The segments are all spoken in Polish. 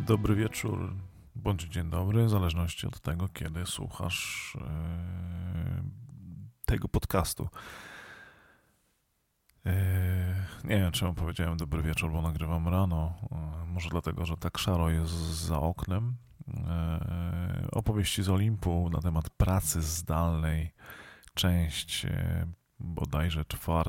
Dobry wieczór, bądź dzień dobry, w zależności od tego, kiedy słuchasz tego podcastu. Nie wiem, czemu powiedziałem dobry wieczór, bo nagrywam rano. Może dlatego, że tak szaro jest za oknem. Opowieści z Olimpu na temat pracy zdalnej, część bodajże 4.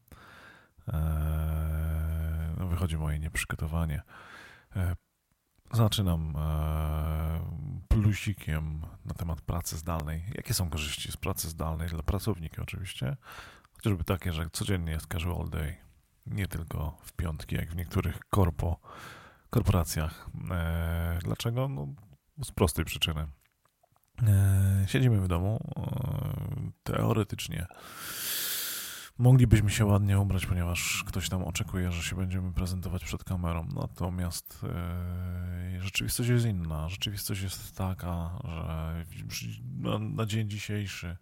Wychodzi moje nieprzygotowanie. Zaczynam plusikiem na temat pracy zdalnej. Jakie są korzyści z pracy zdalnej dla pracownika oczywiście? Chociażby takie, że codziennie jest casual day. Nie tylko w piątki, jak w niektórych korporacjach. Dlaczego? No, z prostej przyczyny. Siedzimy w domu. Teoretycznie moglibyśmy się ładnie ubrać, ponieważ ktoś tam oczekuje, że się będziemy prezentować przed kamerą. Natomiast rzeczywistość jest inna. Rzeczywistość jest taka, że na dzień dzisiejszy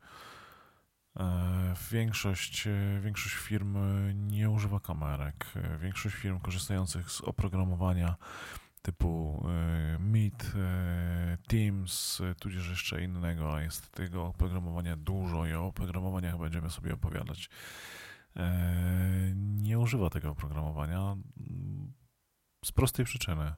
większość firm nie używa kamerek. Większość firm korzystających z oprogramowania typu Meet, Teams, tudzież jeszcze innego, a jest tego oprogramowania dużo i o oprogramowaniach będziemy sobie opowiadać. Nie używa tego oprogramowania z prostej przyczyny.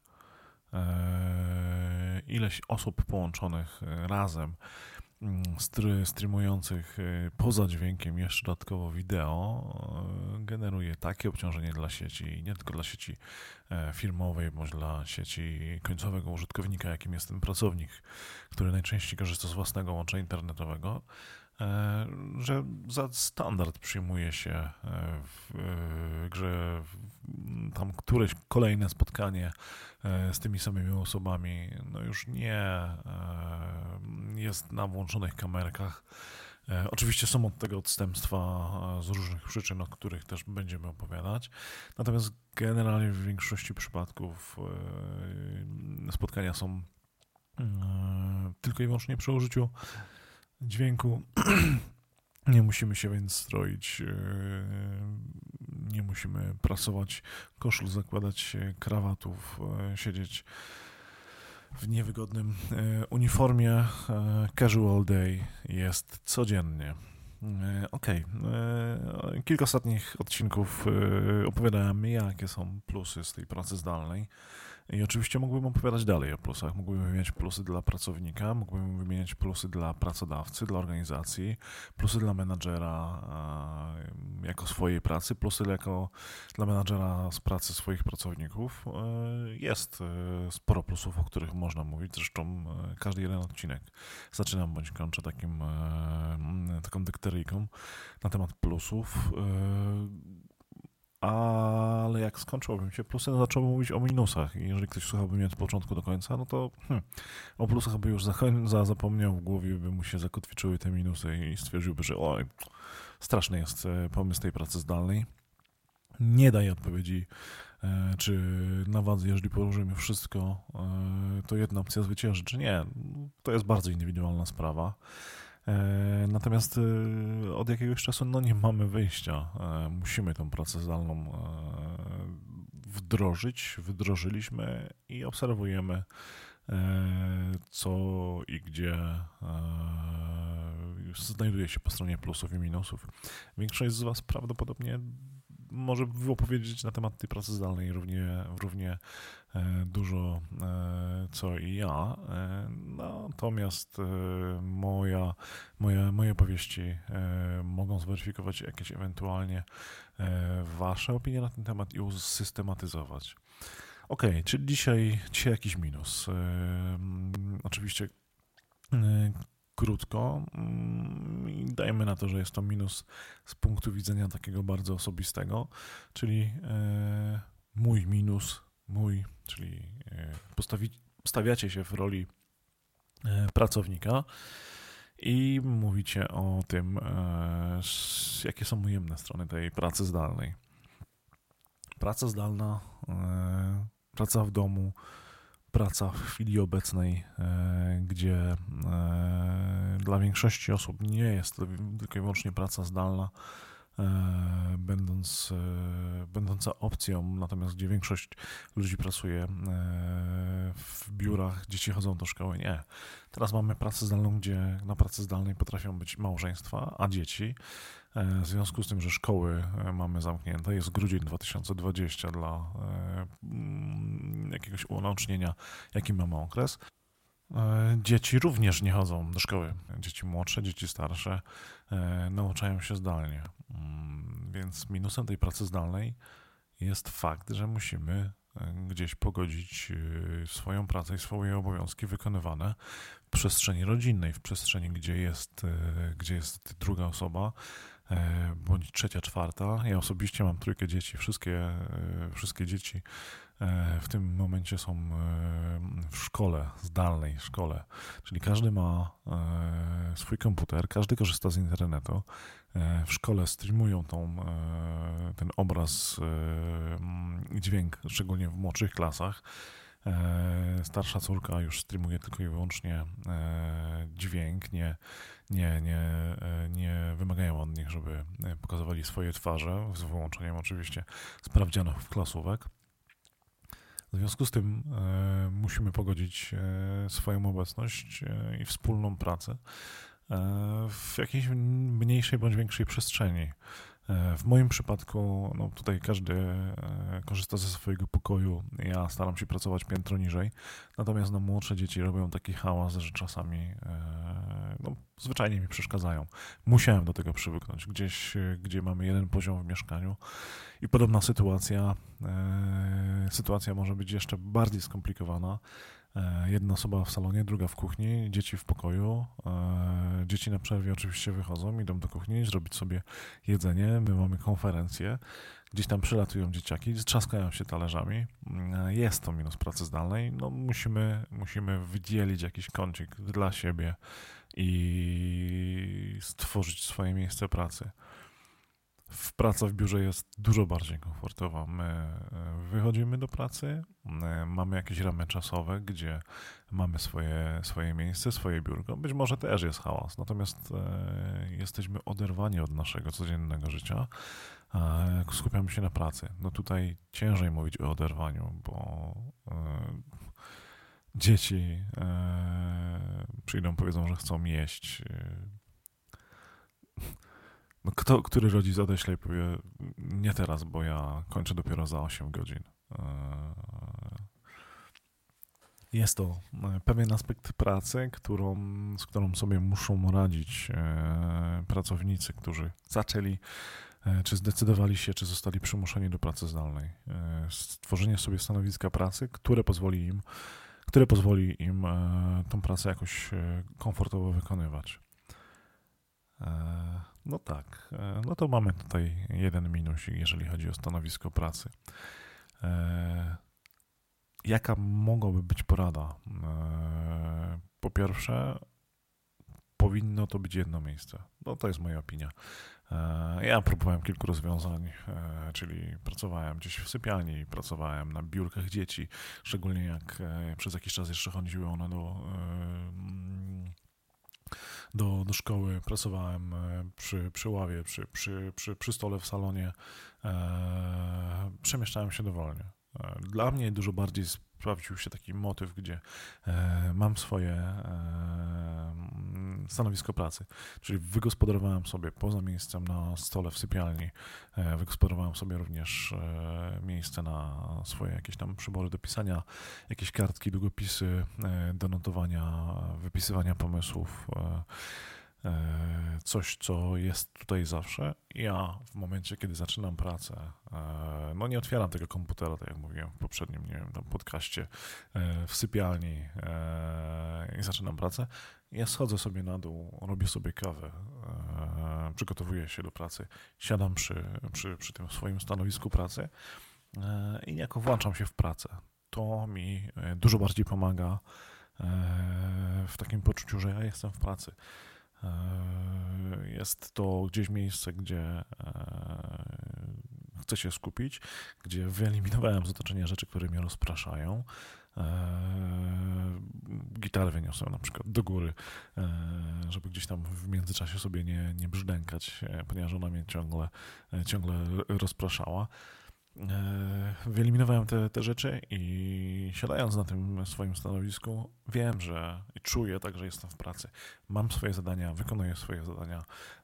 Ileś osób połączonych razem, streamujących poza dźwiękiem jeszcze dodatkowo wideo generuje takie obciążenie dla sieci, nie tylko dla sieci firmowej, bądź dla sieci końcowego użytkownika, jakim jest ten pracownik, który najczęściej korzysta z własnego łącza internetowego, że za standard przyjmuje się że tam któreś kolejne spotkanie z tymi samymi osobami no już nie jest na włączonych kamerkach. Oczywiście są od tego odstępstwa z różnych przyczyn, o których też będziemy opowiadać. Natomiast generalnie w większości przypadków spotkania są tylko i wyłącznie przy użyciu dźwięku. Nie musimy się więc stroić, nie musimy prasować koszul, zakładać krawatów, siedzieć w niewygodnym uniformie. Casual day jest codziennie. Kilka ostatnich odcinków opowiadałem, jakie są plusy z tej pracy zdalnej. I oczywiście mógłbym opowiadać dalej o plusach. Mógłbym wymieniać plusy dla pracownika, mógłbym wymieniać plusy dla pracodawcy, dla organizacji, plusy dla menadżera jako swojej pracy, plusy dla menadżera z pracy swoich pracowników. Jest sporo plusów, o których można mówić. Zresztą każdy jeden odcinek zaczynam bądź kończę taką dykteryjką na temat plusów. Ale jak skończyłbym się plusy, no zacząłbym mówić o minusach. I jeżeli ktoś słuchałby mnie od początku do końca, no to o plusach by już zapomniał, w głowie by mu się zakotwiczyły te minusy i stwierdziłby, że oj, straszny jest pomysł tej pracy zdalnej. Nie daje odpowiedzi, czy na wadze, jeżeli położymy wszystko, to jedna opcja zwycięży, czy nie. To jest bardzo indywidualna sprawa. Natomiast od jakiegoś czasu nie mamy wyjścia. Musimy tą pracę zdalną wdrożyliśmy i obserwujemy co i gdzie znajduje się po stronie plusów i minusów. Większość z Was prawdopodobnie może opowiedzieć na temat tej pracy zdalnej równie dużo co i ja. Natomiast moje opowieści mogą zweryfikować jakieś ewentualnie Wasze opinie na ten temat i usystematyzować. Czyli dzisiaj jakiś minus. Oczywiście krótko i dajmy na to, że jest to minus z punktu widzenia takiego bardzo osobistego, czyli czyli stawiacie się w roli pracownika i mówicie o tym, jakie są ujemne strony tej pracy zdalnej. Praca zdalna, praca w domu, praca w chwili obecnej, gdzie dla większości osób nie jest to tylko i wyłącznie praca zdalna, będąca opcją, natomiast gdzie większość ludzi pracuje w biurach, dzieci chodzą do szkoły. Nie. Teraz mamy pracę zdalną, gdzie na pracy zdalnej potrafią być małżeństwa, a dzieci. W związku z tym, że szkoły mamy zamknięte, jest grudzień 2020 dla jakiegoś unaocznienia, jaki mamy okres. Dzieci również nie chodzą do szkoły. Dzieci młodsze, dzieci starsze nauczają się zdalnie. Więc minusem tej pracy zdalnej jest fakt, że musimy gdzieś pogodzić swoją pracę i swoje obowiązki wykonywane w przestrzeni rodzinnej, w przestrzeni, gdzie jest druga osoba, bądź trzecia, czwarta. Ja osobiście mam 3 dzieci, wszystkie dzieci w tym momencie są w szkole, zdalnej szkole, czyli każdy ma swój komputer, każdy korzysta z internetu. W szkole streamują ten obraz i dźwięk, szczególnie w młodszych klasach. Starsza córka już streamuje tylko i wyłącznie dźwięk, nie wymagają od nich, żeby pokazywali swoje twarze, z wyłączeniem oczywiście sprawdzianów w klasówek. W związku z tym musimy pogodzić swoją obecność i wspólną pracę w jakiejś mniejszej bądź większej przestrzeni. W moim przypadku, no tutaj każdy korzysta ze swojego pokoju, ja staram się pracować piętro niżej, natomiast młodsze dzieci robią taki hałas, że czasami zwyczajnie mi przeszkadzają. Musiałem do tego przywyknąć, gdzie mamy jeden poziom w mieszkaniu i podobna sytuacja może być jeszcze bardziej skomplikowana. Jedna osoba w salonie, druga w kuchni, dzieci w pokoju. Dzieci na przerwie oczywiście wychodzą, idą do kuchni zrobić sobie jedzenie. My mamy konferencję, gdzieś tam przylatują dzieciaki, trzaskają się talerzami. Jest to minus pracy zdalnej. No, musimy wydzielić jakiś kącik dla siebie i stworzyć swoje miejsce pracy. Praca w biurze jest dużo bardziej komfortowa. My wychodzimy do pracy, mamy jakieś ramy czasowe, gdzie mamy swoje miejsce, swoje biurko. Być może też jest hałas, natomiast jesteśmy oderwani od naszego codziennego życia. Skupiamy się na pracy. No tutaj ciężej mówić o oderwaniu, bo dzieci przyjdą, powiedzą, że chcą jeść. No który rodzic odeśle i powie, nie teraz, bo ja kończę dopiero za 8 godzin. Jest to pewien aspekt pracy, z którą sobie muszą radzić pracownicy, którzy zaczęli, czy zdecydowali się, czy zostali przymuszeni do pracy zdalnej. Stworzenie sobie stanowiska pracy, które pozwoli im tą pracę jakoś komfortowo wykonywać. No tak, no to mamy tutaj jeden minusik, jeżeli chodzi o stanowisko pracy. Jaka mogłaby być porada? Po pierwsze, powinno to być jedno miejsce. No to jest moja opinia. Ja próbowałem kilku rozwiązań, czyli pracowałem gdzieś w sypialni, pracowałem na biurkach dzieci, szczególnie jak przez jakiś czas jeszcze chodziły one do szkoły, pracowałem przy ławie, przy stole w salonie, przemieszczałem się dowolnie. Dla mnie dużo bardziej sprawdził się taki motyw, gdzie mam swoje stanowisko pracy, czyli wygospodarowałem sobie poza miejscem na stole w sypialni, wygospodarowałem sobie również miejsce na swoje jakieś tam przybory do pisania, jakieś kartki, długopisy, do notowania, wypisywania pomysłów, coś, co jest tutaj zawsze. Ja w momencie, kiedy zaczynam pracę, no nie otwieram tego komputera, tak jak mówiłem w poprzednim, nie wiem, tam podcaście, w sypialni i zaczynam pracę. Ja schodzę sobie na dół, robię sobie kawę, przygotowuję się do pracy, siadam przy tym swoim stanowisku pracy i niejako włączam się w pracę. To mi dużo bardziej pomaga w takim poczuciu, że ja jestem w pracy. Jest to gdzieś miejsce, gdzie chcę się skupić, gdzie wyeliminowałem z otoczenia rzeczy, które mnie rozpraszają. Gitarę wyniosłem na przykład do góry, żeby gdzieś tam w międzyczasie sobie nie brzdękać, ponieważ ona mnie ciągle rozpraszała. Wyeliminowałem te rzeczy i siadając na tym swoim stanowisku, wiem, że i czuję tak, że jestem w pracy. Mam swoje zadania, wykonuję swoje zadania.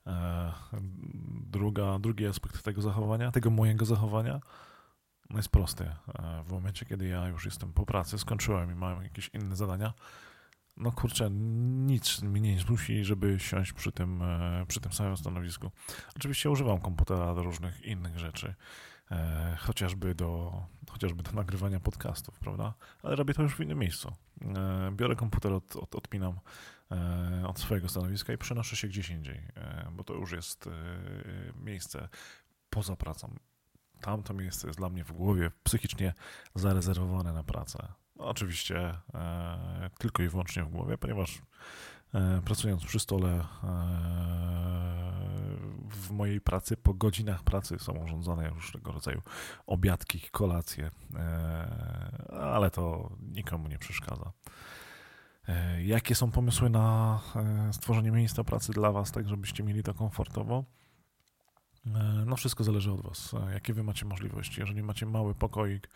Drugi aspekt tego mojego zachowania, no jest prosty. W momencie, kiedy ja już jestem po pracy, skończyłem i mam jakieś inne zadania, no kurczę, nic mnie nie zmusi, żeby siąść przy tym samym stanowisku. Oczywiście używam komputera do różnych innych rzeczy, chociażby do nagrywania podcastów, prawda? Ale robię to już w innym miejscu. Biorę komputer, odpinam od swojego stanowiska i przenoszę się gdzieś indziej, bo to już jest miejsce poza pracą. Tamto miejsce jest dla mnie w głowie psychicznie zarezerwowane na pracę. No, oczywiście tylko i wyłącznie w głowie, ponieważ pracując przy stole w mojej pracy, po godzinach pracy są urządzane różnego rodzaju obiadki, kolacje, ale to nikomu nie przeszkadza. Jakie są pomysły na stworzenie miejsca pracy dla Was, tak żebyście mieli to komfortowo? No wszystko zależy od Was, jakie Wy macie możliwości. Jeżeli macie mały pokoik,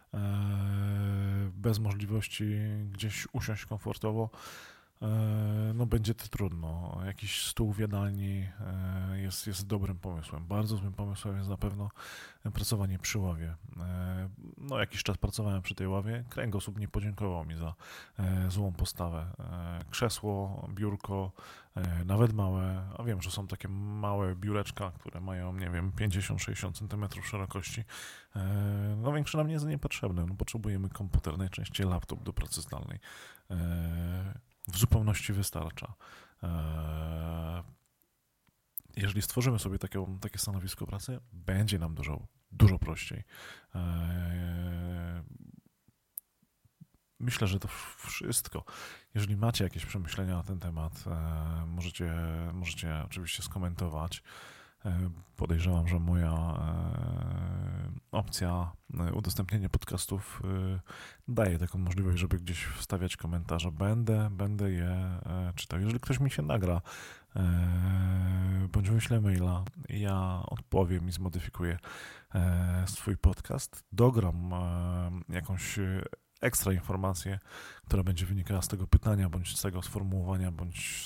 bez możliwości gdzieś usiąść komfortowo, no będzie to trudno. Jakiś stół w jadalni jest dobrym pomysłem. Bardzo złym pomysłem jest na pewno pracowanie przy ławie. No jakiś czas pracowałem przy tej ławie, kręgosłup nie podziękował mi za złą postawę. Krzesło, biurko, nawet małe, a wiem, że są takie małe biureczka, które mają, nie wiem, 50-60 cm szerokości. No większe nam nie jest niepotrzebne. No, potrzebujemy komputer, najczęściej laptop do pracy zdalnej. W zupełności wystarcza. Jeżeli stworzymy sobie takie stanowisko pracy, będzie nam dużo prościej. Myślę, że to wszystko. Jeżeli macie jakieś przemyślenia na ten temat, możecie oczywiście skomentować. Podejrzewam, że moja opcja udostępnienia podcastów daje taką możliwość, żeby gdzieś wstawiać komentarze. Będę je czytał. Jeżeli ktoś mi się nagra, bądź wyśle maila, ja odpowiem i zmodyfikuję swój podcast. Dogram jakąś ekstra informację, która będzie wynikała z tego pytania, bądź z tego sformułowania, bądź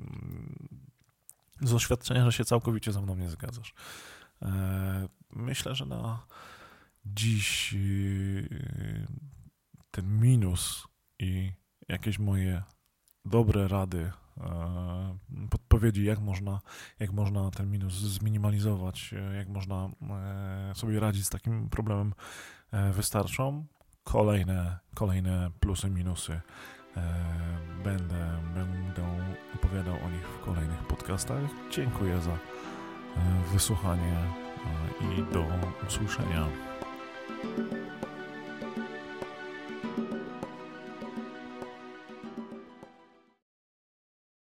z oświadczenia, że się całkowicie ze mną nie zgadzasz. Myślę, że na dziś ten minus i jakieś moje dobre rady, podpowiedzi, jak można ten minus zminimalizować, jak można sobie radzić z takim problemem, wystarczą. Kolejne plusy, minusy będę opowiadał o nich w kolejnych podcastach. Dziękuję za wysłuchanie i do usłyszenia.